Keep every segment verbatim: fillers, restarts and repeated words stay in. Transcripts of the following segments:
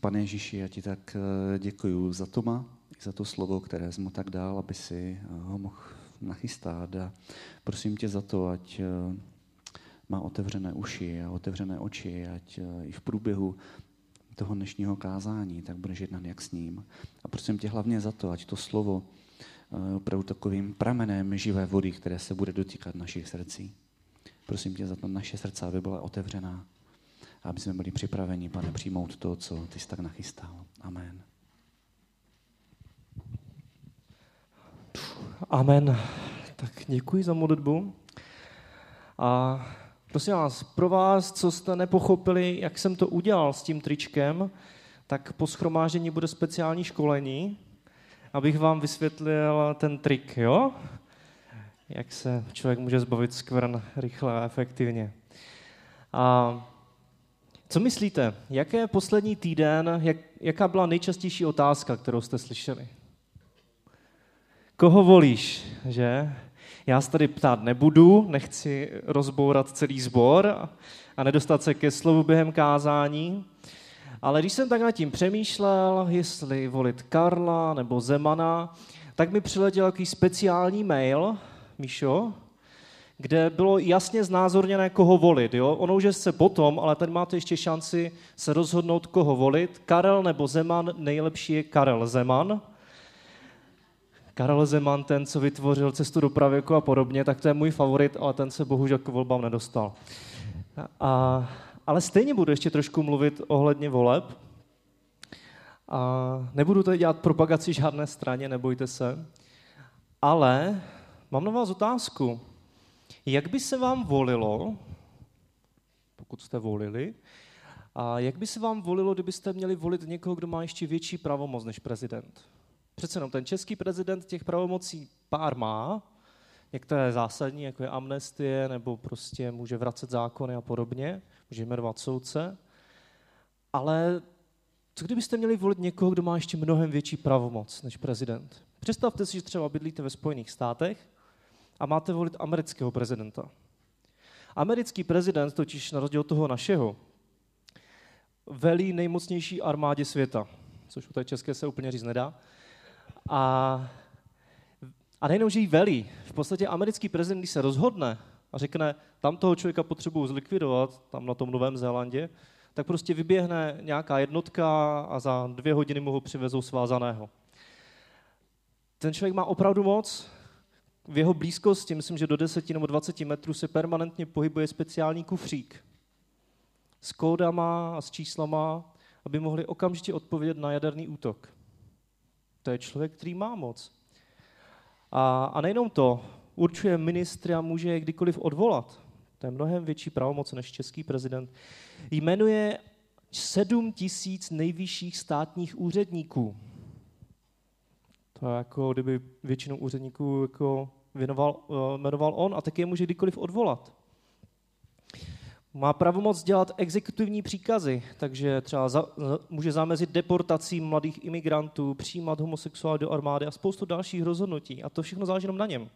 Pane Ježíši, já ti tak děkuju za Toma, za to slovo, které jsi mu tak dal, aby si ho mohl nachystat. A prosím tě za to, ať má otevřené uši a otevřené oči, ať i v průběhu toho dnešního kázání tak budeš jednat jak s ním. A prosím tě hlavně za to, ať to slovo opravdu takovým pramenem živé vody, které se bude dotýkat našich srdcí. Prosím tě za to, naše srdce, aby byla otevřená, a aby jsme byli připraveni, Pane, přijmout to, co ty jsi tak nachystal. Amen. Amen. Tak děkuji za modlitbu. A prosím vás, pro vás, co jste nepochopili, jak jsem to udělal s tím tričkem, tak po shromáždění bude speciální školení, abych vám vysvětlil ten trik, jo? Jak se člověk může zbavit skvrn rychle a efektivně. A co myslíte, jaké je poslední týden, jak, jaká byla nejčastější otázka, kterou jste slyšeli? Koho volíš, že? Já se tady ptát nebudu, nechci rozbourat celý sbor a, a nedostat se ke slovu během kázání, ale když jsem tak nad tím přemýšlel, jestli volit Karla nebo Zemana, tak mi přiletěl takový speciální mail, Míšo, kde bylo jasně znázorněné, koho volit. Jo? Ono už je se potom, ale tady máte ještě šanci se rozhodnout, koho volit. Karel nebo Zeman, nejlepší je Karel Zeman. Karel Zeman, ten, co vytvořil cestu do pravěku a podobně, tak to je můj favorit, ale ten se bohužel k volbám nedostal. A, ale stejně budu ještě trošku mluvit ohledně voleb. A nebudu tady dělat propagaci žádné straně, nebojte se. Ale mám na vás otázku. Jak by se vám volilo, pokud jste volili, a jak by se vám volilo, kdybyste měli volit někoho, kdo má ještě větší pravomoc než prezident? Přece jenom ten český prezident těch pravomocí pár má, některé zásadní, jako je amnestie, nebo prostě může vracet zákony a podobně, může jmenovat soudce, ale co kdybyste měli volit někoho, kdo má ještě mnohem větší pravomoc než prezident? Představte si, že třeba bydlíte ve Spojených státech a máte volit amerického prezidenta. Americký prezident, totiž na rozdíl od toho našeho, velí nejmocnější armádě světa, což u té české se úplně říct nedá. A, a nejenom, že jí velí. V podstatě americký prezident, když se rozhodne a řekne, tam toho člověka potřebuji zlikvidovat, tam na tom Novém Zélandě, tak prostě vyběhne nějaká jednotka a za dvě hodiny mu ho přivezou svázaného. Ten člověk má opravdu moc. V jeho blízkosti, myslím, že do deseti nebo dvaceti metrů se permanentně pohybuje speciální kufřík s kódama a s číslama, aby mohli okamžitě odpovědět na jaderný útok. To je člověk, který má moc. A, a nejenom to, určuje ministry a může je kdykoliv odvolat. To je mnohem větší pravomoc než český prezident. Jmenuje sedm tisíc nejvyšších státních úředníků. To je jako kdyby většinu úředníků jako věnoval, jmenoval on a taky je může kdykoliv odvolat. Má pravomoc dělat exekutivní příkazy, takže třeba za, může zamezit deportacím mladých imigrantů, přijímat homosexuály do armády a spoustu dalších rozhodnutí. A to všechno záleží jenom na něm.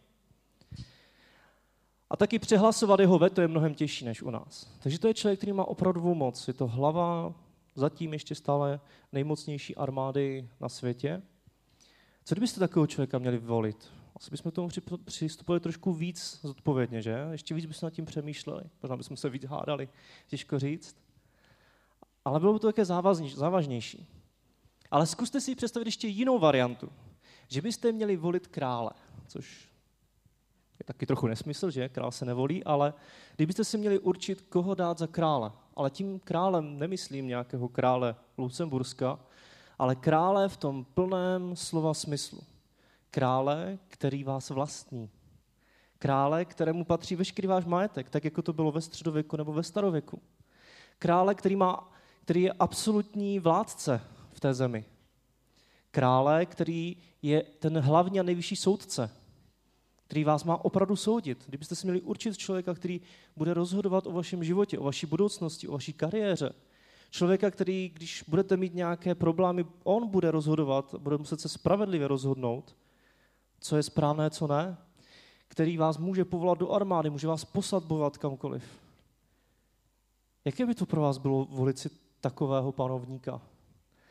A taky přehlasovat jeho veto je mnohem těžší než u nás. Takže to je člověk, který má opravdovou moc. Je to hlava zatím ještě stále nejmocnější armády na světě. Co kdybyste takového člověka měli volit? Asi bychom k tomu přistupovali trošku víc zodpovědně, že? Ještě víc bychom nad tím přemýšleli. Možná bychom se víc hádali, těžko říct. Ale bylo by to také závažnější. Ale zkuste si představit ještě jinou variantu. Že byste měli volit krále, což je taky trochu nesmysl, že? Král se nevolí, ale kdybyste si měli určit, koho dát za krále. Ale tím králem nemyslím nějakého krále Lucemburska, ale krále v tom plném slova smyslu. Krále, který vás vlastní. Krále, kterému patří veškerý váš majetek, tak jako to bylo ve středověku nebo ve starověku. Krále, který, má, který je absolutní vládce v té zemi. Krále, který je ten hlavní a nejvyšší soudce, který vás má opravdu soudit. Kdybyste si měli určit člověka, který bude rozhodovat o vašem životě, o vaší budoucnosti, o vaší kariéře. Člověka, který, když budete mít nějaké problémy, on bude rozhodovat, bude muset se spravedlivě rozhodnout, co je správné, co ne, který vás může povolat do armády, může vás poslat bojovat kamkoliv. Jaké by to pro vás bylo volit si takového panovníka?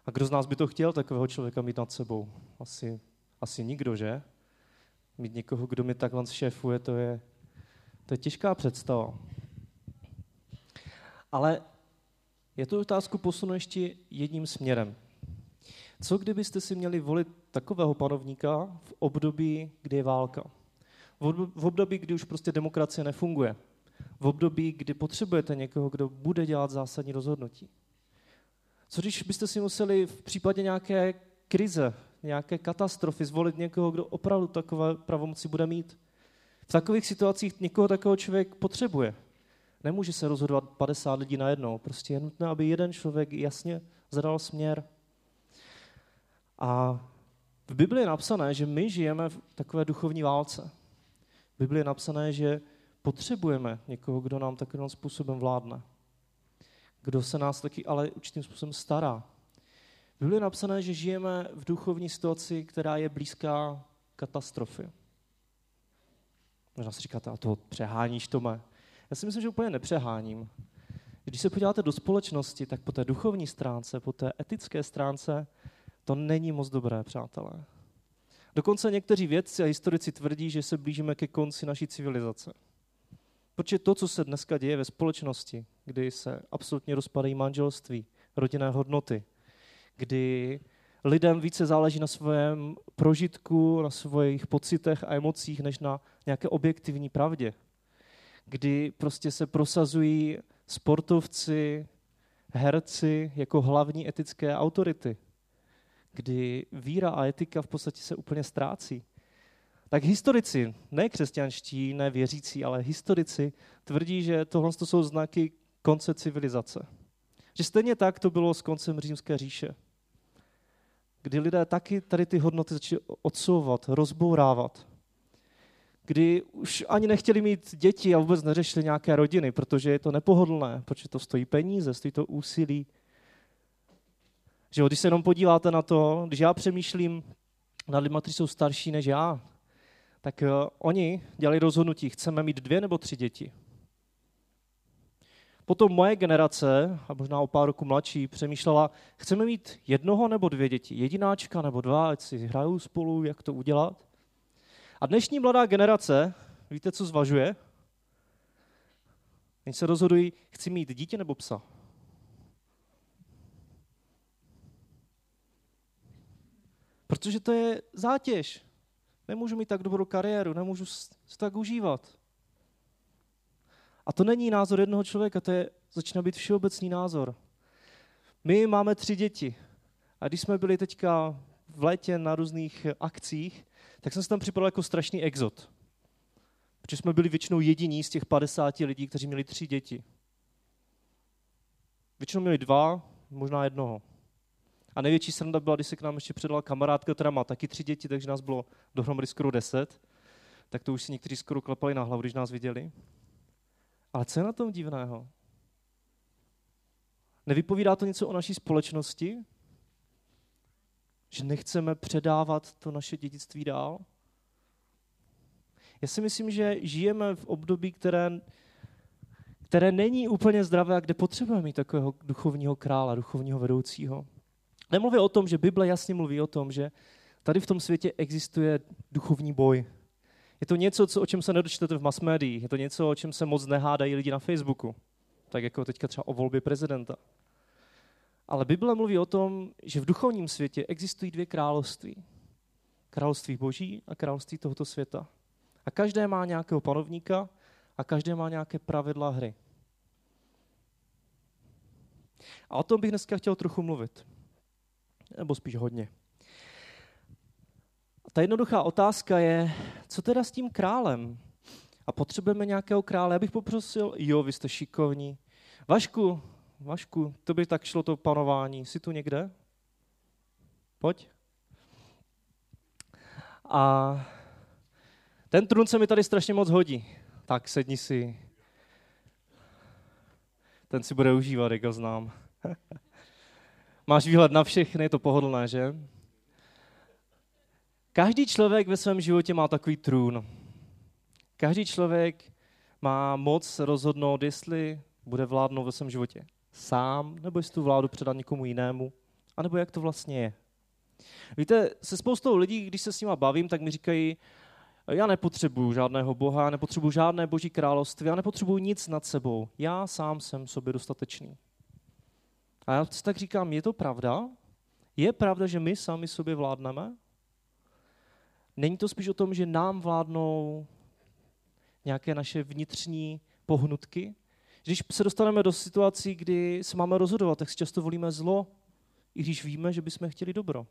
A kdo z nás by to chtěl takového člověka mít nad sebou? Asi, asi nikdo, že? Mít někoho, kdo mi takhle šéfuje, to je, to je těžká představa. Ale je to otázku posunu ještě jedním směrem. Co kdybyste si měli volit takového panovníka v období, kdy je válka? V období, kdy už prostě demokracie nefunguje. V období, kdy potřebujete někoho, kdo bude dělat zásadní rozhodnutí. Co když byste si museli v případě nějaké krize, nějaké katastrofy zvolit někoho, kdo opravdu takové pravomoci bude mít? V takových situacích někoho takového člověk potřebuje. Nemůže se rozhodovat padesát lidí najednou. Prostě je nutné, aby jeden člověk jasně zadal směr. A v Bibli je napsané, že my žijeme v takové duchovní válce. V Bibli je napsané, že potřebujeme někoho, kdo nám takovým způsobem vládne. Kdo se nás taky ale určitým způsobem stará. V Bibli je napsané, že žijeme v duchovní situaci, která je blízká katastrofy. Možná si říkáte, a to přeháníš, Tome. Já si myslím, že úplně nepřeháním. Když se podíváte do společnosti, tak po té duchovní stránce, po té etické stránce, to není moc dobré, přátelé. Dokonce někteří vědci a historici tvrdí, že se blížíme ke konci naší civilizace. Protože to, co se dneska děje ve společnosti, kdy se absolutně rozpadají manželství, rodinné hodnoty, kdy lidem více záleží na svém prožitku, na svých pocitech a emocích, než na nějaké objektivní pravdě. Kdy prostě se prosazují sportovci, herci jako hlavní etické autority. Kdy víra a etika v podstatě se úplně ztrácí. Tak historici, ne křesťanští, ne věřící, ale historici tvrdí, že tohle jsou znaky konce civilizace. Že stejně tak to bylo s koncem Římské říše. Kdy lidé taky tady ty hodnoty začali odsouvat, rozbourávat. Kdy už ani nechtěli mít děti a vůbec neřešili nějaké rodiny, protože je to nepohodlné, protože to stojí peníze, stojí to úsilí. Že když se jenom podíváte na to, když já přemýšlím nad lidmi, kteří jsou starší než já, tak uh, oni dělali rozhodnutí, chceme mít dvě nebo tři děti. Potom moje generace, a možná o pár roku mladší, přemýšlela, chceme mít jednoho nebo dvě děti, jedináčka nebo dva, ať si hrajou spolu, jak to udělat. A dnešní mladá generace, víte, co zvažuje? Oni se rozhodují, chci mít dítě nebo psa. Protože to je zátěž. Nemůžu mít tak dobrou kariéru, nemůžu se tak užívat. A to není názor jednoho člověka, to je, začíná být všeobecný názor. My máme tři děti. A když jsme byli teďka v létě na různých akcích, tak jsem se tam připadal jako strašný exot. Protože jsme byli většinou jediní z těch padesáti lidí, kteří měli tři děti. Většinou měli dva, možná jednoho. A největší sranda byla, když se k nám ještě přidala kamarádka, která má taky tři děti, takže nás bylo dohromady skoro deset. Tak to už si někteří skoro klepali na hlavu, když nás viděli. Ale co je na tom divného? Nevypovídá to něco o naší společnosti? Že nechceme předávat to naše dědictví dál? Já si myslím, že žijeme v období, které, které není úplně zdravé a kde potřebujeme mít takového duchovního krále, duchovního vedoucího. Nemluví o tom, že Bible jasně mluví o tom, že tady v tom světě existuje duchovní boj. Je to něco, co, o čem se nedočtete v mass médiích. Je to něco, o čem se moc nehádají lidi na Facebooku. Tak jako teďka třeba o volbě prezidenta. Ale Bible mluví o tom, že v duchovním světě existují dvě království. Království Boží a království tohoto světa. A každé má nějakého panovníka a každé má nějaké pravidla hry. A o tom bych dneska chtěl trochu mluvit. Nebo spíš hodně. A ta jednoduchá otázka je, co teda s tím králem? A potřebujeme nějakého krále? Já bych poprosil, jo, vy jste šikovní. Vašku, Vašku, to by tak šlo to panování. Jsi tu někde? Pojď. A ten trůn se mi tady strašně moc hodí. Tak sedni si. Ten si bude užívat, jak ho znám. Máš výhled na všechny, je to pohodlné, že? Každý člověk ve svém životě má takový trůn. Každý člověk má moc rozhodnout, jestli bude vládnout ve svém životě sám, nebo jestli tu vládu předat někomu jinému. A nebo jak to vlastně je? Víte, se spoustou lidí, když se s nima bavím, tak mi říkají, já nepotřebuju žádného Boha, nepotřebuju žádné boží království, já nepotřebuju nic nad sebou. Já sám jsem sobě dostatečný. A já si tak říkám, je to pravda? Je pravda, že my sami sobě vládneme? Není to spíš o tom, že nám vládnou nějaké naše vnitřní pohnutky? Když se dostaneme do situací, kdy se máme rozhodovat, tak si často volíme zlo, i když víme, že bychom chtěli dobro.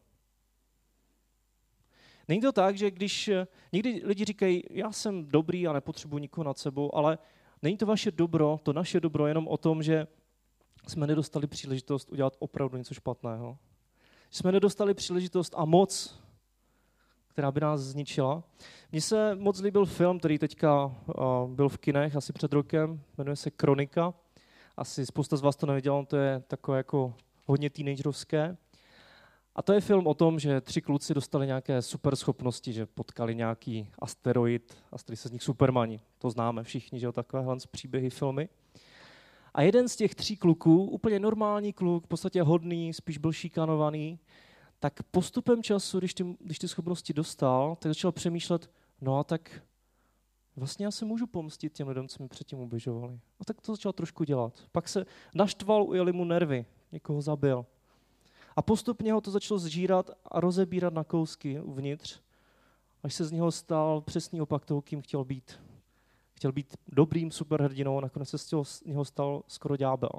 Není to tak, že když někdy lidi říkají, já jsem dobrý a nepotřebuji nikoho nad sebou, ale není to vaše dobro, to naše dobro jenom o tom, že jsme nedostali příležitost udělat opravdu něco špatného. Jsme nedostali příležitost a moc, která by nás zničila. Mně se moc líbil film, který teďka uh, byl v kinech asi před rokem, jmenuje se Kronika. Asi spousta z vás to nevidělo, to je takové jako hodně teenagerovské. A to je film o tom, že tři kluci dostali nějaké super schopnosti, že potkali nějaký asteroid a stali se z nich supermani. To známe všichni, že jo, takovéhle příběhy, filmy. A jeden z těch tří kluků, úplně normální kluk, v podstatě hodný, spíš byl šikanovaný, tak postupem času, když ty, když ty schopnosti dostal, tak začal přemýšlet, no a tak vlastně já se můžu pomstit těm lidem, co mi předtím ubližovali. A tak to začal trošku dělat. Pak se naštval, ujeli mu nervy, někoho zabil. A postupně ho to začalo zžírat a rozebírat na kousky uvnitř, až se z něho stal přesný opak toho, kým chtěl být. Chtěl být dobrým superhrdinou a nakonec se z něho stal skoro ďábel.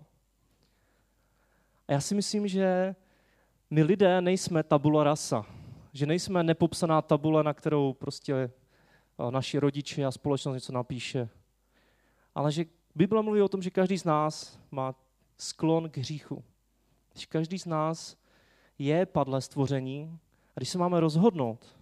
A já si myslím, že my lidé nejsme tabula rasa, že nejsme nepopsaná tabule, na kterou prostě naši rodiče a společnost něco napíše, ale že Bible mluví o tom, že každý z nás má sklon k hříchu. Že každý z nás je padlé stvoření a když se máme rozhodnout,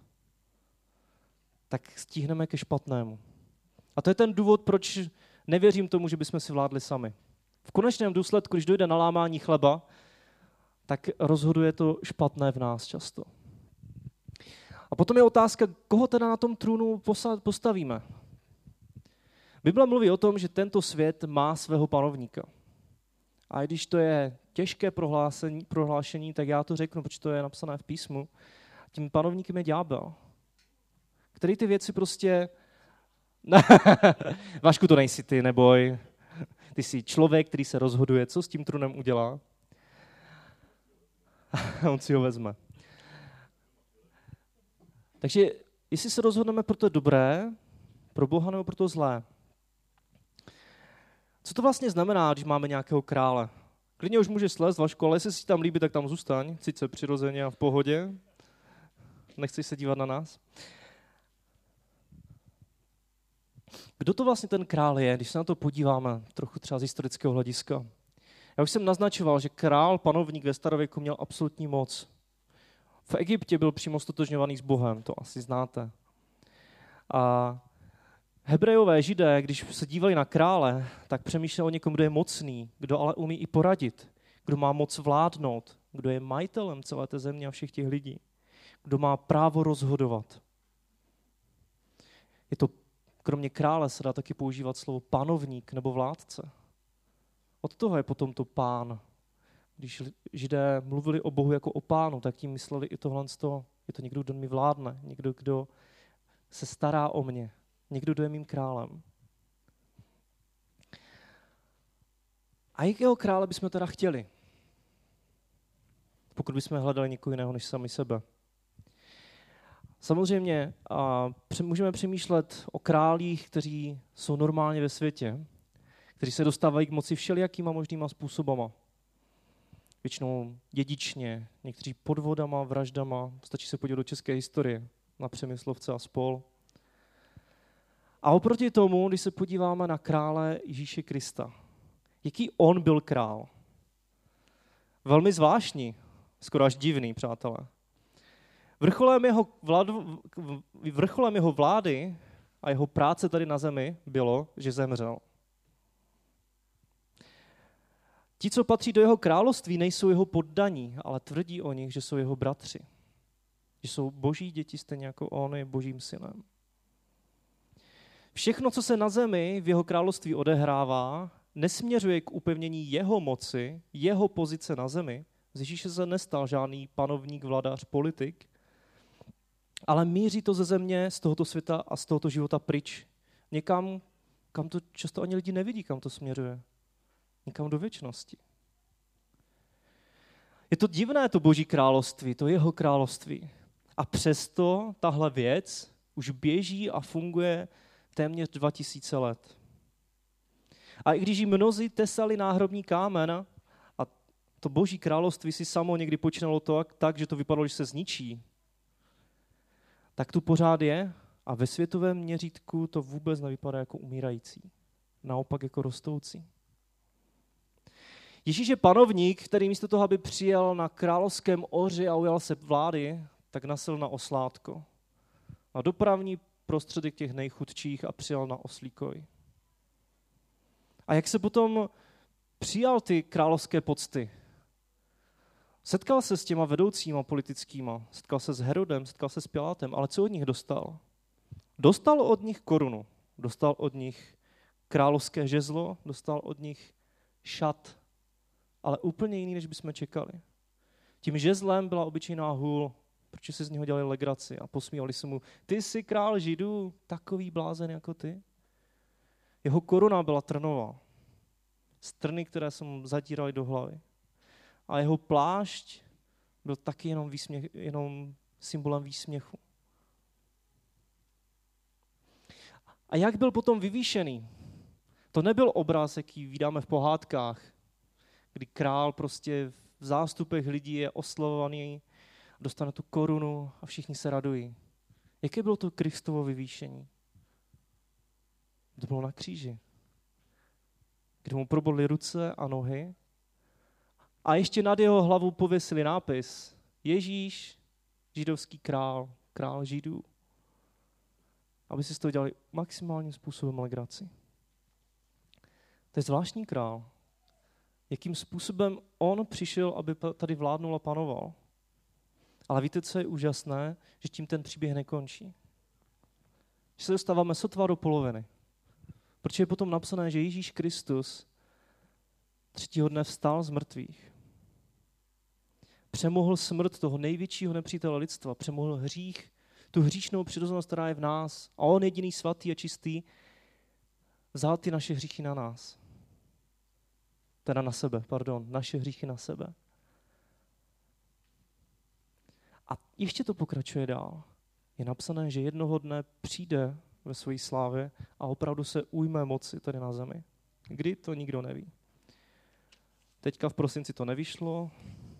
tak stihneme ke špatnému. A to je ten důvod, proč nevěřím tomu, že bychom si vládli sami. V konečném důsledku, když dojde na lámání chleba, tak rozhoduje to špatné v nás často. A potom je otázka, koho teda na tom trůnu postavíme. Bible mluví o tom, že tento svět má svého panovníka. A když to je těžké prohlášení, prohlášení, tak já to řeknu, protože to je napsané v písmu. Tím panovníkem je ďábel, který ty věci prostě... Vašku, to nejsi ty, neboj. Ty jsi člověk, který se rozhoduje, co s tím trůnem udělá. On si ho vezme. Takže jestli se rozhodneme pro to dobré, pro Boha nebo pro to zlé. Co to vlastně znamená, když máme nějakého krále? Klidně už může slést, Vašku, ale jestli si tam líbí, tak tam zůstaň. Cít se přirozeně a v pohodě. Nechceš se dívat na nás. Kdo to vlastně ten král je, když se na to podíváme trochu třeba z historického hlediska? Já už jsem naznačoval, že král, panovník ve starověku měl absolutní moc. V Egyptě byl přímo stotožňovaný s Bohem, to asi znáte. A Hebrejové, Židé, když se dívali na krále, tak přemýšleli o někom, kdo je mocný, kdo ale umí i poradit, kdo má moc vládnout, kdo je majitelem celé té země a všech těch lidí, kdo má právo rozhodovat. Je to, kromě krále se dá taky používat slovo panovník nebo vládce. Od toho je potom to pán. Když Židé mluvili o Bohu jako o pánu, tak tím mysleli i tohle z toho. Je to někdo, kdo mi vládne, někdo, kdo se stará o mě, někdo, kdo je mým králem. A jakého krále bychom teda chtěli? Pokud bychom hledali někoho jiného než sami sebe. Samozřejmě a můžeme přemýšlet o králích, kteří jsou normálně ve světě, kteří se dostávají k moci všelijakýma možnýma způsobama. Většinou dědičně, někteří podvodama, vraždama, stačí se podívat do české historie, na Přemyslovce a spol. A oproti tomu, když se podíváme na krále Ježíše Krista, jaký on byl král? Velmi zvláštní, skoro až divný, přátelé. Vrcholem jeho, vládu, vrcholem jeho vlády a jeho práce tady na zemi bylo, že zemřel. Ti, co patří do jeho království, nejsou jeho poddaní, ale tvrdí o nich, že jsou jeho bratři. Že jsou boží děti, stejně jako on je božím synem. Všechno, co se na zemi v jeho království odehrává, nesměřuje k upevnění jeho moci, jeho pozice na zemi, Z Ježíše se nestal žádný panovník, vladař, politik, ale míří to ze země, z tohoto světa a z tohoto života pryč. Někam, kam to často ani lidi nevidí, kam to směřuje. Někam do věčnosti. Je to divné, to Boží království, to jeho království. A přesto tahle věc už běží a funguje téměř dva tisíce let. A i když jí mnozí tesali náhrobní kámen a to Boží království si samo někdy počínalo to tak, že to vypadalo, že se zničí, tak tu pořád je a ve světovém měřítku to vůbec nevypadá jako umírající. Naopak jako rostoucí. Ježíš je panovník, který místo toho, aby přijel na královském oři a ujal se vlády, tak nasil na oslátko. Na dopravní prostředek těch nejchudších a přijal na oslí koj. A jak se potom přijal ty královské pocty? Setkal se s těma vedoucíma politickýma, setkal se s Herodem, setkal se s Pilátem, ale co od nich dostal? Dostal od nich korunu, dostal od nich královské žezlo, dostal od nich šat, ale úplně jiný, než bychom čekali. Tím žezlem byla obyčejná hůl, protože si z něho dělali legraci a posmívali se mu, ty jsi král Židů, takový blázen jako ty. Jeho koruna byla trnová, z trny, které se mu zatírali do hlavy. A jeho plášť byl taky jenom, výsměch, jenom symbolem výsměchu. A jak byl potom vyvýšený? To nebyl obraz, jaký vidíme v pohádkách, kdy král prostě v zástupech lidí je oslavovaný, dostane tu korunu a všichni se radují. Jaké bylo to Kristovo vyvýšení? To bylo na kříži, kde mu probodly ruce a nohy a ještě nad jeho hlavou pověsili nápis Ježíš, židovský král, král Židů. Aby si z toho dělali maximálním způsobem legraci. To je zvláštní král. Jakým způsobem on přišel, aby tady vládnul a panoval. Ale víte, co je úžasné? Že tím ten příběh nekončí. Že se dostáváme sotva do poloviny. Protože je potom napsané, že Ježíš Kristus třetího dne vstal z mrtvých. Přemohl smrt toho největšího nepřítele lidstva. Přemohl hřích, tu hříšnou přirozenost, která je v nás. A on jediný svatý a čistý vzal ty naše hříchy na nás. Teda na sebe, pardon, naše hříchy na sebe. A ještě to pokračuje dál. Je napsané, že jednoho dne přijde ve své slávě a opravdu se ujme moci tady na zemi. Kdy, to nikdo neví. Teďka v prosinci to nevyšlo.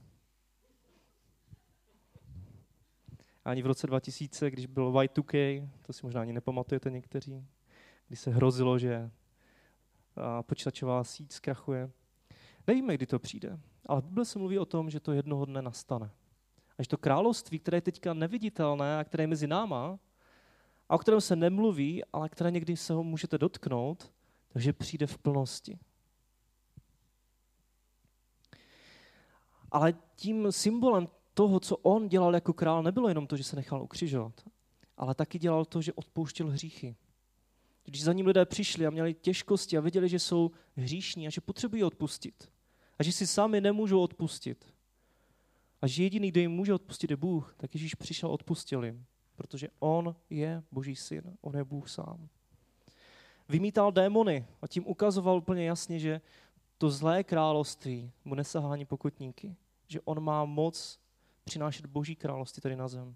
Ani v roce dva tisíce, když byl Y dva K, to si možná ani nepamatujete někteří, kdy se hrozilo, že počítačová síť zkrachuje. Nevíme, kdy to přijde, ale v Bibli se mluví o tom, že to jednoho dne nastane. A že to království, které je teďka neviditelné a které je mezi náma, a o kterém se nemluví, ale které někdy se ho můžete dotknout, takže přijde v plnosti. Ale tím symbolem toho, co on dělal jako král, nebylo jenom to, že se nechal ukřižovat, ale taky dělal to, že odpouštěl hříchy. Když za ním lidé přišli a měli těžkosti a viděli, že jsou hříšní a že potřebují odpustit a že si sami nemůžou odpustit a že jediný, kdo jim může odpustit, je Bůh, tak Ježíš přišel a odpustil jim, protože on je Boží syn, on je Bůh sám. Vymítal démony a tím ukazoval úplně jasně, že to zlé království mu nesahá ani pokutníky, že on má moc přinášet Boží království tady na zem.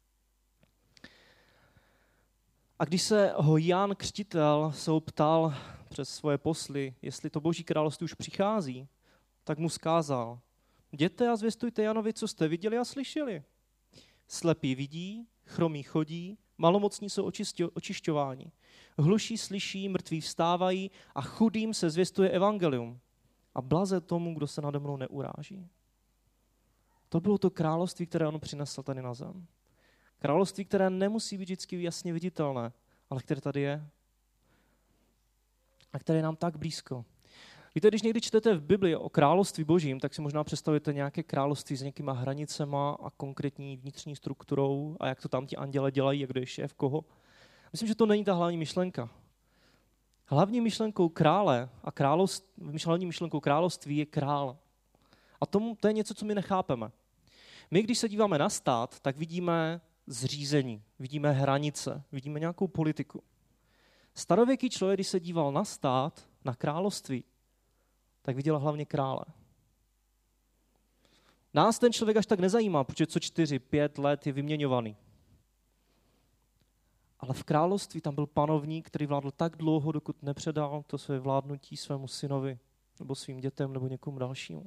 A když se ho Jan Křtitel se ho ptal přes svoje posly, jestli to Boží království už přichází, tak mu zkázal, jděte a zvěstujte Janovi, co jste viděli a slyšeli. Slepí vidí, chromí chodí, malomocní jsou očišťováni. Hluší slyší, mrtví vstávají a chudým se zvěstuje evangelium. A blaze tomu, kdo se nade mnou neuráží. To bylo to království, které on přinesl tady na zem. Království, které nemusí být vždycky jasně viditelné, ale které tady je. A které je nám tak blízko. Víte, když někdy čtete v Bibli o království Božím, tak si možná představujete nějaké království s nějakýma hranicema a konkrétní vnitřní strukturou a jak to tam ti anděle dělají, jak kdo je šéf koho. Myslím, že to není ta hlavní myšlenka. Hlavní myšlenkou krále a království, hlavní myšlenkou království je král. A tomu, to je něco, co my nechápeme. My, když se díváme na stát, tak vidíme zřízení, vidíme hranice, vidíme nějakou politiku. Starověký člověk, když se díval na stát, na království, tak viděl hlavně krále. Nás ten člověk až tak nezajímá, protože co čtyři, pět let je vyměňovaný. Ale v království tam byl panovník, který vládl tak dlouho, dokud nepředal to své vládnutí svému synovi, nebo svým dětem, nebo někomu dalšímu.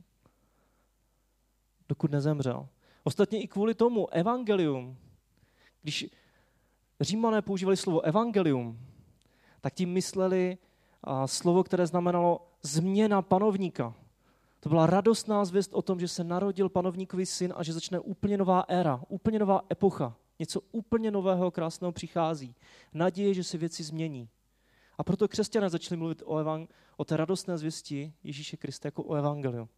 Dokud nezemřel. Ostatně i kvůli tomu evangelium, když Římané používali slovo evangelium, tak tím mysleli a, slovo, které znamenalo změna panovníka. To byla radostná zvěst o tom, že se narodil panovníkový syn a že začne úplně nová éra, úplně nová epocha. Něco úplně nového, krásného přichází. Naděje, že se věci změní. A proto křesťané začali mluvit o, evang- o té radostné zvěsti Ježíše Krista jako o evangeliu.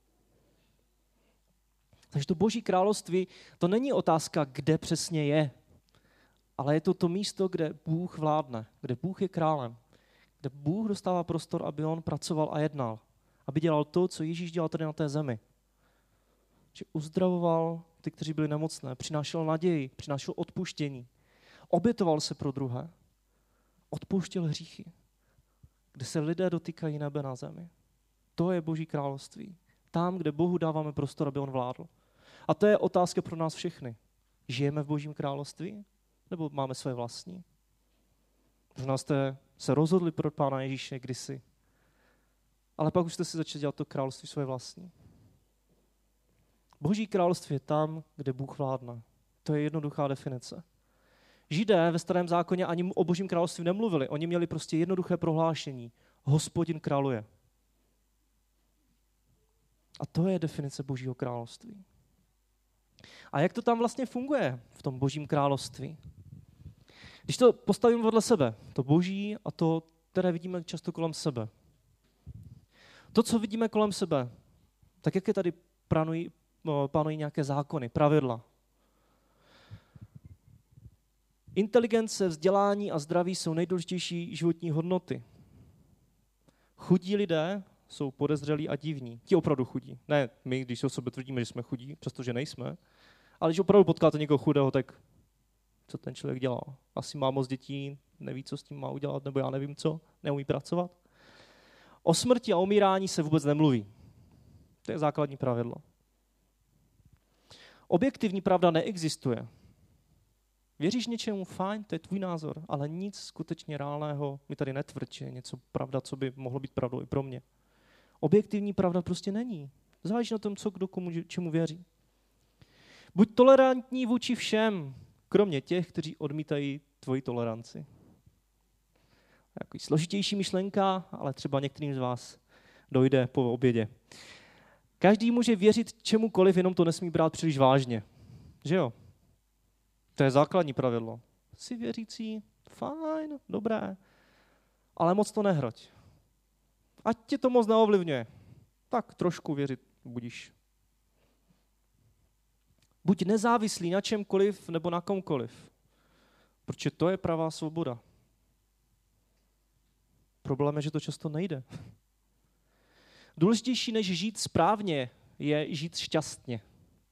Takže to Boží království, to není otázka, kde přesně je, ale je to to místo, kde Bůh vládne, kde Bůh je králem, kde Bůh dostává prostor, aby on pracoval a jednal, aby dělal to, co Ježíš dělal tady na té zemi. Že uzdravoval ty, kteří byli nemocné, přinášel naději, přinášel odpuštění, obětoval se pro druhé, odpouštěl hříchy, kde se lidé dotýkají nebe na zemi. To je Boží království. Tam, kde Bohu dáváme prostor, aby on vládl. A to je otázka pro nás všechny. Žijeme v Božím království? Nebo máme své vlastní? Možná jste se rozhodli pro Pána Ježíše kdysi, ale pak už jste si začali dělat to království své vlastní. Boží království je tam, kde Bůh vládne. To je jednoduchá definice. Židé ve Starém zákoně ani o Božím království nemluvili. Oni měli prostě jednoduché prohlášení. Hospodin králuje. A to je definice Božího království. A jak to tam vlastně funguje v tom Božím království? Když to postavím vedle sebe, to Boží a to, které vidíme často kolem sebe. To, co vidíme kolem sebe, tak jak je tady panují, panují nějaké zákony, pravidla. Inteligence, vzdělání a zdraví jsou nejdůležitější životní hodnoty. Chudí lidé jsou podezřelí a divní. Ti opravdu chudí. Ne my, když o sobě tvrdíme, že jsme chudí, přestože nejsme. Ale když opravdu potkáte někoho chudého, tak co ten člověk dělá? Asi má moc dětí, neví, co s tím má udělat, nebo já nevím co, neumí pracovat. O smrti a umírání se vůbec nemluví. To je základní pravidlo. Objektivní pravda neexistuje. Věříš něčemu? Fajn, to je tvůj názor, ale nic skutečně reálného mi tady netvrd, že je něco pravda, co by mohlo být pravdou i pro mě. Objektivní pravda prostě není. Záleží na tom, co kdo komu čemu věří. Buď tolerantní vůči všem, kromě těch, kteří odmítají tvoji toleranci. Takový složitější myšlenka, ale třeba některým z vás dojde po obědě. Každý může věřit čemukoliv, jenom to nesmí brát příliš vážně. Že jo? To je základní pravidlo. Jsi věřící? Fajn, dobré. Ale moc to nehroď. Ať tě to moc neovlivňuje. Tak trošku věřit budíš. Buď nezávislý na čemkoliv nebo na komkoliv. Protože to je pravá svoboda. Problém je, že to často nejde. Důležitější než žít správně je žít šťastně.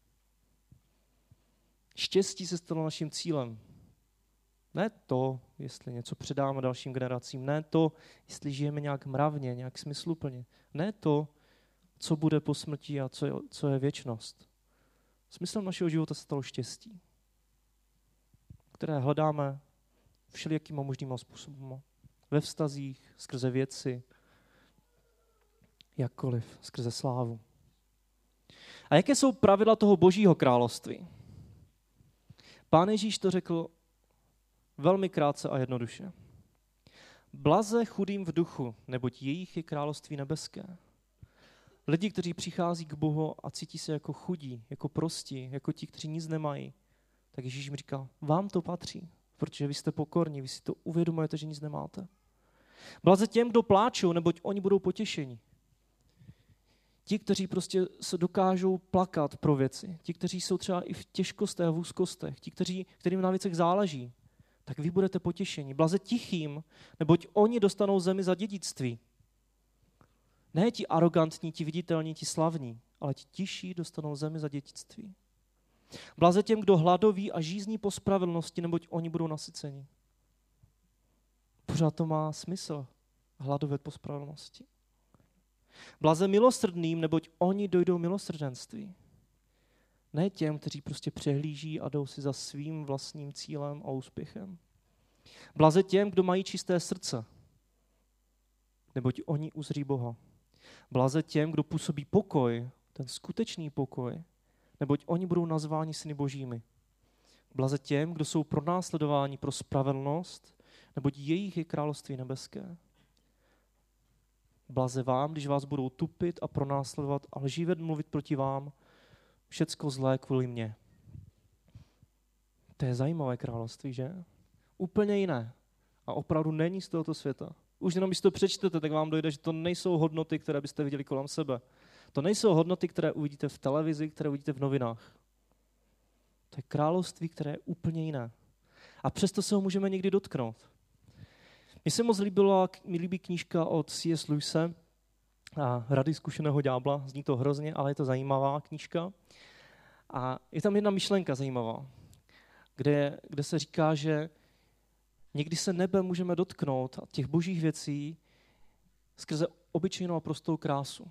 Štěstí se stalo naším cílem. Ne to, jestli něco předáme dalším generacím, ne to, jestli žijeme nějak mravně, nějak smysluplně, ne to, co bude po smrti a co je, co je věčnost. Smyslem našeho života se stalo štěstí, které hledáme všelijakýma možnýma způsobama. Ve vztazích, skrze věci, jakkoliv, skrze slávu. A jaké jsou pravidla toho Božího království? Pán Ježíš to řekl velmi krátce a jednoduše. Blaze chudým v duchu, neboť jejich je království nebeské. Lidi, kteří přichází k Bohu a cítí se jako chudí, jako prostí, jako ti, kteří nic nemají, tak Ježíš jim říká, vám to patří, protože vy jste pokorní, vy si to uvědomujete, že nic nemáte. Blaze těm, kdo pláčou, neboť oni budou potěšeni. Ti, kteří prostě se dokážou plakat pro věci, ti, kteří jsou třeba i v těžkostech a v úzkostech, ti, kteří, kterým na věcech záleží, tak vy budete potěšeni. Blaze tichým, neboť oni dostanou zemi za dědictví. Ne ti arrogantní, ti viditelní, ti slavní, ale ti tiší dostanou zemi za dědictví. Blaze těm, kdo hladoví a žízní po spravedlnosti, neboť oni budou nasyceni. Pořád to má smysl, hladovat po spravedlnosti. Blaze milosrdným, neboť oni dojdou milosrdenství. Ne těm, kteří prostě přehlíží a jdou si za svým vlastním cílem a úspěchem. Blaze těm, kdo mají čisté srdce, neboť oni uzří Boha. Blaze těm, kdo působí pokoj, ten skutečný pokoj, neboť oni budou nazváni syny božími. Blaze těm, kdo jsou pronásledováni pro spravedlnost, neboť jejich je království nebeské. Blaze vám, když vás budou tupit a pronásledovat a lživě mluvit proti vám, všecko zlé kvůli mně. To je zajímavé království, že? Úplně jiné. A opravdu není z tohoto světa. Už jenom, když to přečtete, tak vám dojde, že to nejsou hodnoty, které byste viděli kolem sebe. To nejsou hodnoty, které uvidíte v televizi, které uvidíte v novinách. To je království, které je úplně jiné. A přesto se ho můžeme někdy dotknout. Mně se moc líbila, mi líbí knížka od C S Lewise, a Rady zkušeného ďábla. Zní to hrozně, ale je to zajímavá knížka. A je tam jedna myšlenka zajímavá, kde, kde se říká, že někdy se nebe můžeme dotknout těch božích věcí skrze obyčejnou a prostou krásu.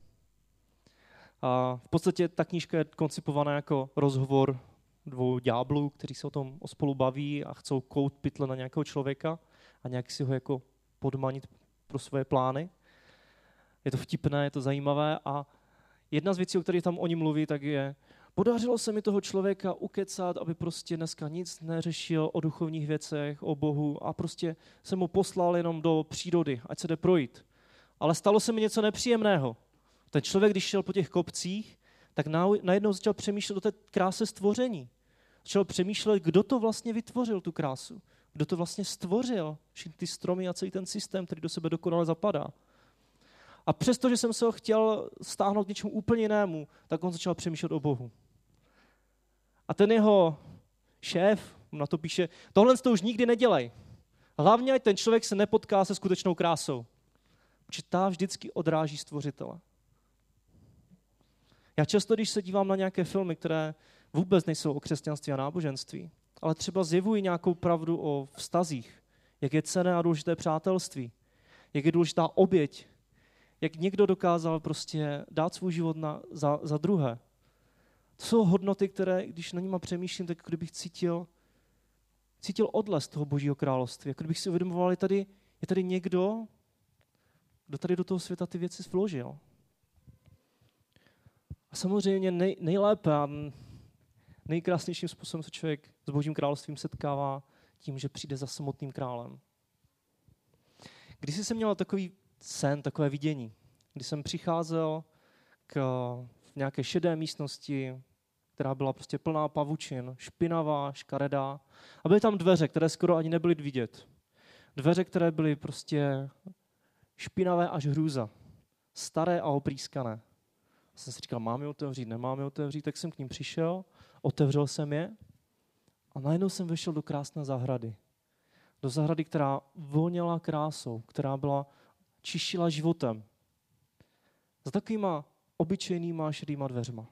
A v podstatě ta knížka je koncipovaná jako rozhovor dvou ďáblů, kteří se o tom o spolu baví a chcou kout pytle na nějakého člověka a nějak si ho jako podmanit pro svoje plány. Je to vtipné, je to zajímavé a jedna z věcí, o kterých tam oni mluví, tak je, podařilo se mi toho člověka ukecat, aby prostě dneska nic neřešil o duchovních věcech, o Bohu a prostě jsem mu poslal jenom do přírody, ať se jde projít. Ale stalo se mi něco nepříjemného. Ten člověk, když šel po těch kopcích, tak najednou začal přemýšlet o té kráse stvoření. Začal přemýšlet, kdo to vlastně vytvořil, tu krásu. Kdo to vlastně stvořil, všechny ty stromy a celý ten systém, který do sebe dokonale zapadá. A přesto, že jsem se ho chtěl stáhnout k něčemu úplně jinému, tak on začal přemýšlet o Bohu. A ten jeho šéf na to píše, tohle to už nikdy nedělej. Hlavně, ať ten člověk se nepotká se skutečnou krásou. Protože ta vždycky odráží stvořitele. Já často, když se dívám na nějaké filmy, které vůbec nejsou o křesťanství a náboženství, ale třeba zjevují nějakou pravdu o vztazích, jak je cenné a důležité přátelství, jak je důležitá oběť, jak někdo dokázal prostě dát svůj život na, za, za druhé. To jsou hodnoty, které, když na nima přemýšlím, tak kdybych cítil, cítil odles toho Božího království. Jako kdybych si uvědomoval, je tady, je tady někdo, kdo tady do toho světa ty věci vložil. A samozřejmě nej, nejlépe a nejkrásnějším způsobem se člověk s Božím královstvím setkává tím, že přijde za samotným králem. Když jsem měl takový sen, takové vidění, kdy jsem přicházel k v nějaké šedé místnosti, která byla prostě plná pavučin, špinavá, škaredá. A byly tam dveře, které skoro ani nebyly vidět. Dveře, které byly prostě špinavé až hrůza. Staré a oprýskané. A jsem si říkal, mám je otevřít, nemám je otevřít, tak jsem k ním přišel, otevřel jsem je a najednou jsem vešel do krásné zahrady. Do zahrady, která voněla krásou, která byla čišila životem. Za takovýma obyčejnýma šedýma dveřma.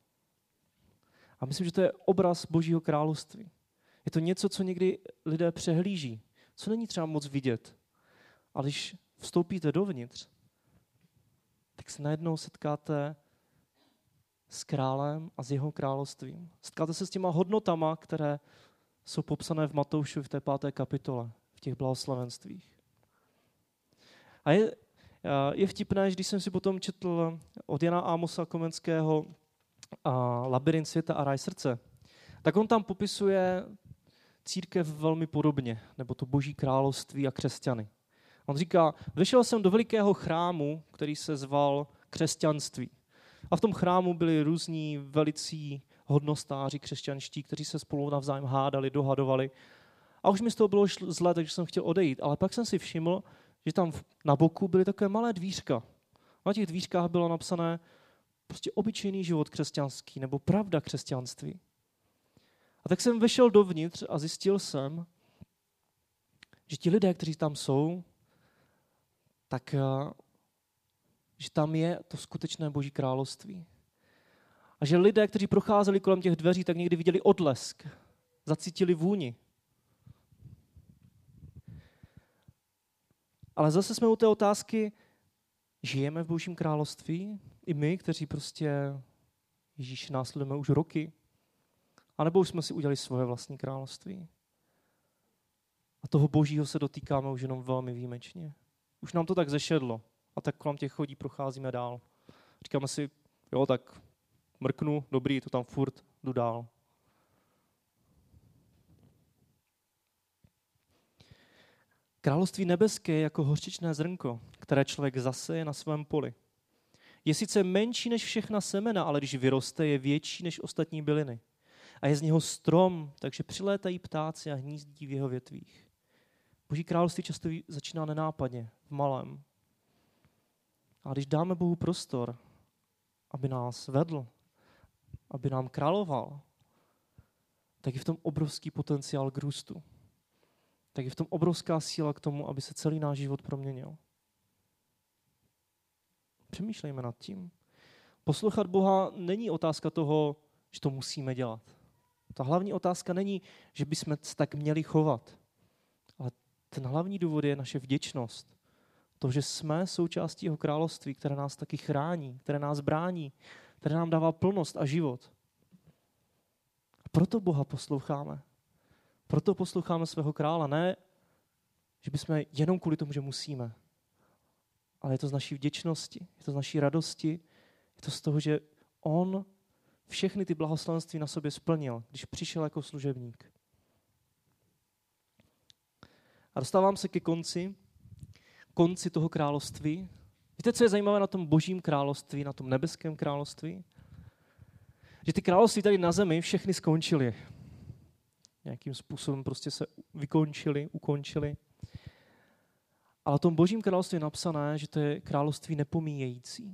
A myslím, že to je obraz Božího království. Je to něco, co někdy lidé přehlíží, co není třeba moc vidět. Ale když vstoupíte dovnitř, tak se najednou setkáte s králem a s jeho královstvím. Setkáte se s těma hodnotama, které jsou popsané v Matoušovi v té páté kapitole, v těch blahoslavenstvích. A je, je vtipné, že když jsem si potom četl od Jana Amosa Komenského a Labyrint světa a ráj srdce, tak on tam popisuje církev velmi podobně, nebo to Boží království a křesťany. On říká, vešel jsem do velikého chrámu, který se zval křesťanství. A v tom chrámu byli různí velicí hodnostáři křesťanští, kteří se spolu navzájem hádali, dohadovali. A už mi z toho bylo zlé, takže jsem chtěl odejít. Ale pak jsem si všiml, že tam na boku byly takové malé dvířka. Na těch dvířkách bylo napsané prostě obyčejný život křesťanský nebo pravda křesťanství. A tak jsem vešel dovnitř a zjistil jsem, že ti lidé, kteří tam jsou, tak že tam je to skutečné Boží království. A že lidé, kteří procházeli kolem těch dveří, tak někdy viděli odlesk, zacítili vůni. Ale zase jsme u té otázky, žijeme v Božím království? I my, kteří prostě Ježíše následujeme už roky? A nebo už jsme si udělali svoje vlastní království? A toho Božího se dotýkáme už jenom velmi výjimečně. Už nám to tak zešedlo. A tak kolem těch chodí procházíme dál. Říkáme si, jo, tak mrknu, dobrý, to tam furt, jdu dál. Království nebeské je jako hořčičné zrnko, které člověk zaseje na svém poli. Je sice menší než všechna semena, ale když vyroste, je větší než ostatní byliny. A je z něho strom, takže přilétají ptáci a hnízdí v jeho větvích. Boží království často začíná nenápadně, v malém. A když dáme Bohu prostor, aby nás vedl, aby nám královal, tak je v tom obrovský potenciál k růstu. Tak je v tom obrovská síla k tomu, aby se celý náš život proměnil. Přemýšlejme nad tím. Poslouchat Boha není otázka toho, že to musíme dělat. Ta hlavní otázka není, že bychom se tak měli chovat. Ale ten hlavní důvod je naše vděčnost. To, že jsme součástí jeho království, které nás taky chrání, které nás brání, které nám dává plnost a život. A proto Boha posloucháme. Proto posloucháme svého krála. Ne, že bychom jenom kvůli tomu, že musíme. Ale je to z naší vděčnosti, je to z naší radosti, je to z toho, že on všechny ty blahoslavenství na sobě splnil, když přišel jako služebník. A dostávám se ke konci, konci toho království. Víte, co je zajímavé na tom Božím království, na tom nebeském království? Že ty království tady na zemi všechny skončily. Nějakým způsobem prostě se vykončily, ukončily. Ale v tom Božím království je napsané, že to je království nepomíjející.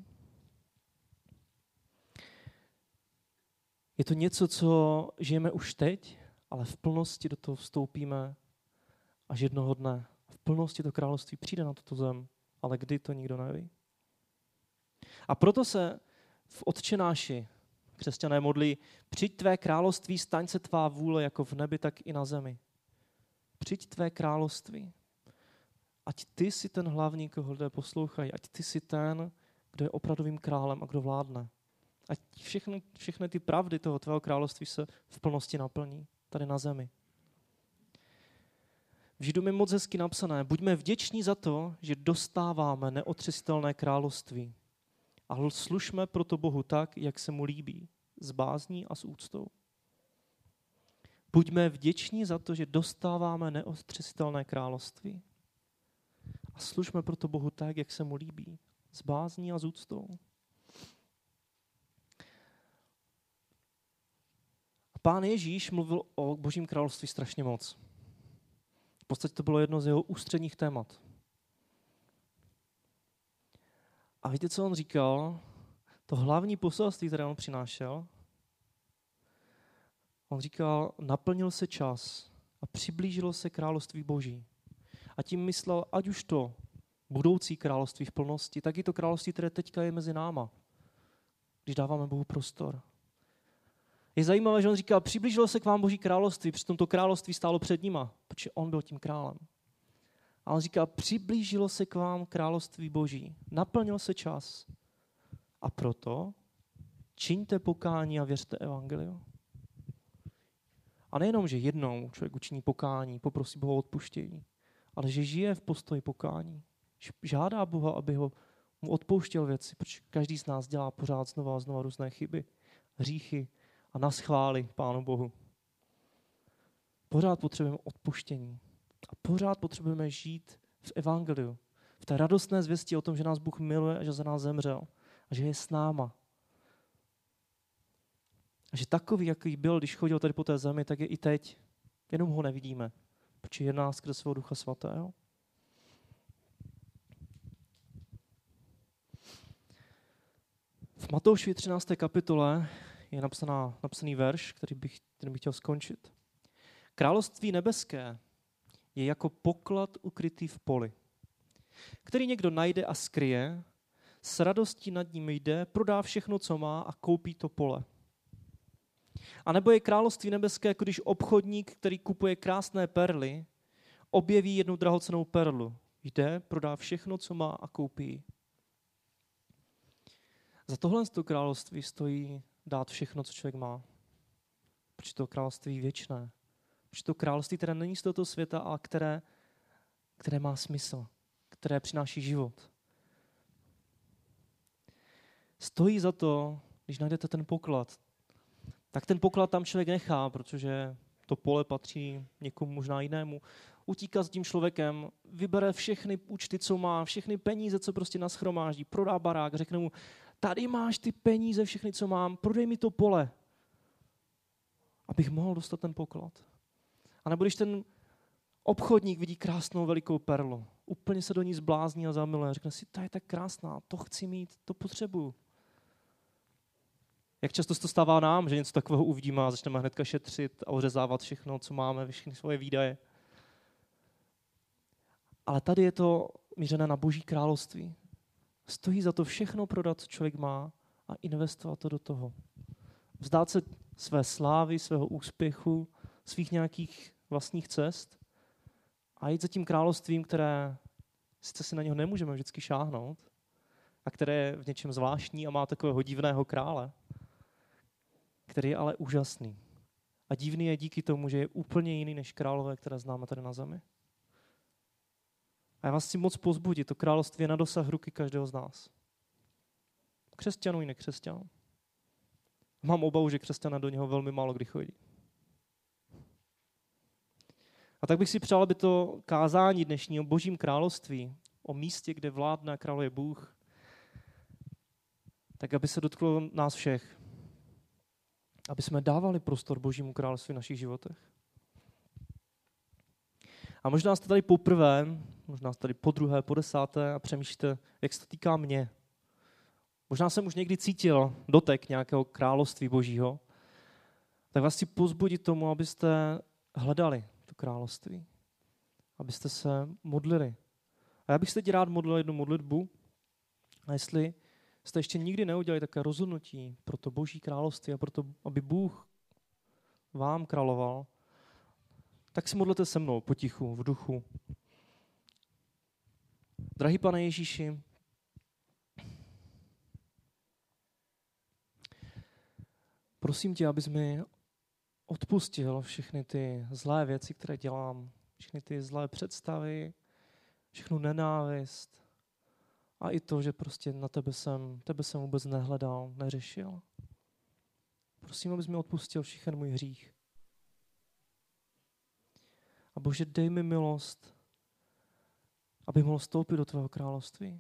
Je to něco, co žijeme už teď, ale v plnosti do toho vstoupíme až jednoho dne. V plnosti to království přijde na tuto zem, ale kdy, to nikdo neví. A proto se v Otčenáši křesťané modlí, přijď tvé království, staň se tvá vůle jako v nebi, tak i na zemi. Přijď tvé království. Ať ty jsi ten hlavní, koho lidé poslouchají, ať ty jsi ten, kdo je opravdovým králem a kdo vládne. Ať všechny, všechny ty pravdy toho tvého království se v plnosti naplní, tady na zemi. V Židům je moc hezky napsané, buďme vděční za to, že dostáváme neotřesitelné království. A služme proto Bohu tak, jak se mu líbí, s bázní a s úctou. Buďme vděční za to, že dostáváme neotřesitelné království. A služme proto Bohu tak, jak se mu líbí, s bázní a s úctou. A Pán Ježíš mluvil o Božím království strašně moc. V podstatě to bylo jedno z jeho ústředních témat. A víte, co on říkal? To hlavní poselství, které on přinášel, on říkal, naplnil se čas a přiblížilo se království Boží. A tím myslel, ať už to budoucí království v plnosti, tak i to království, které teďka je mezi náma, když dáváme Bohu prostor. Je zajímavé, že on říká, přiblížilo se k vám Boží království, přitom to království stálo před nima, protože on byl tím králem. A on říká, přiblížilo se k vám království Boží, naplnil se čas. A proto čiňte pokání a věřte evangeliu. A nejenom, že jednou člověk učiní pokání, poprosí Boha o odpuštění, ale že žije v postoji pokání. Že žádá Boha, aby ho mu odpouštěl věci, protože každý z nás dělá pořád znova a znova různé chyby, hříchy a naschvály Pánu Bohu. Pořád potřebujeme odpuštění. A pořád potřebujeme žít v evangeliu. V té radostné zvěsti o tom, že nás Bůh miluje a že za nás zemřel. A že je s náma. A že takový, jaký byl, když chodil tady po té zemi, tak je i teď. Jenom ho nevidíme. Protože jedná skrze svého Ducha Svatého. V Matoušově třinácté kapitole je napsaná, napsaný verš, který bych, který bych chtěl skončit. Království nebeské je jako poklad ukrytý v poli, který někdo najde a skryje, s radostí nad ním jde, prodá všechno, co má a koupí to pole. A nebo je království nebeské, jako když obchodník, který kupuje krásné perly, objeví jednu drahocennou perlu. Jde, prodá všechno, co má a koupí. Za tohle z toho království stojí dát všechno, co člověk má. Protože to království je věčné. Protože to království, které není z tohoto světa, a které, které má smysl, které přináší život. Stojí za to, když najdete ten poklad, tak ten poklad tam člověk nechá, protože to pole patří někomu možná jinému. Utíká s tím člověkem, vybere všechny účty, co má, všechny peníze, co prostě nashromáždí, prodá barák, řekne mu, tady máš ty peníze, všechny, co mám, prodej mi to pole, abych mohl dostat ten poklad. A nebo když ten obchodník vidí krásnou velikou perlu, úplně se do ní zblázní a zamiluje, řekne si, ta je tak krásná, to chci mít, to potřebuju. Jak často se to stává nám, že něco takového uvidíme a začneme hnedka šetřit a ořezávat všechno, co máme, všechny svoje výdaje. Ale tady je to mířené na Boží království. Stojí za to všechno prodat, co člověk má, a investovat to do toho. Vzdát se své slávy, svého úspěchu, svých nějakých vlastních cest a jít za tím královstvím, které sice si na něho nemůžeme vždycky šáhnout a které je v něčem zvláštní a má takového divného krále, který je ale úžasný. A divný je díky tomu, že je úplně jiný než králové, které známe tady na zemi. A já vás chci moc pozbudit, to království je na dosah ruky každého z nás. Křesťanů i nekřesťanů. Mám obavu, že křesťané do něho velmi málo kdy chodí. A tak bych si přál, aby to kázání dnešního Božím království, o místě, kde vládne a králuje Bůh, tak aby se dotklo nás všech. Aby jsme dávali prostor Božímu království v našich životech. A možná jste tady poprvé, možná jste tady po druhé, po desáté a přemýšlíte, jak se to týká mě. Možná jsem už někdy cítil dotek nějakého království Božího, tak vás chci pozbudit tomu, abyste hledali to království. Abyste se modlili. A já bych se teď rád modlil jednu modlitbu. A jestli jste ještě nikdy neudělali také rozhodnutí pro to Boží království a pro to, aby Bůh vám královal, tak si modlete se mnou potichu, v duchu. Drahý Pane Ježíši, prosím tě, abys mi odpustil všechny ty zlé věci, které dělám, všechny ty zlé představy, všechnu nenávist a i to, že prostě na tebe jsem, tebe jsem vůbec nehledal, neřešil. Prosím, abys mi odpustil všechny můj hřích. A Bože, dej mi milost, aby mohl vstoupit do tvého království.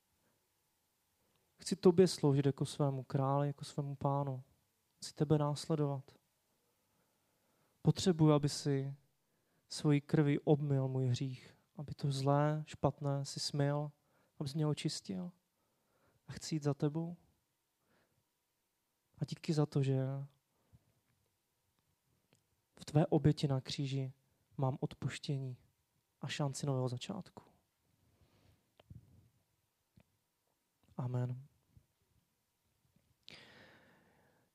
Chci tobě sloužit jako svému králi, jako svému pánu. Chci tebe následovat. Potřebuji, aby si svojí krví obmyl můj hřích, aby to zlé, špatné si smyl, aby jsi mě očistil. A chci jít za tebou. A díky za to, že v tvé oběti na kříži mám odpuštění a šanci nového začátku. Amen.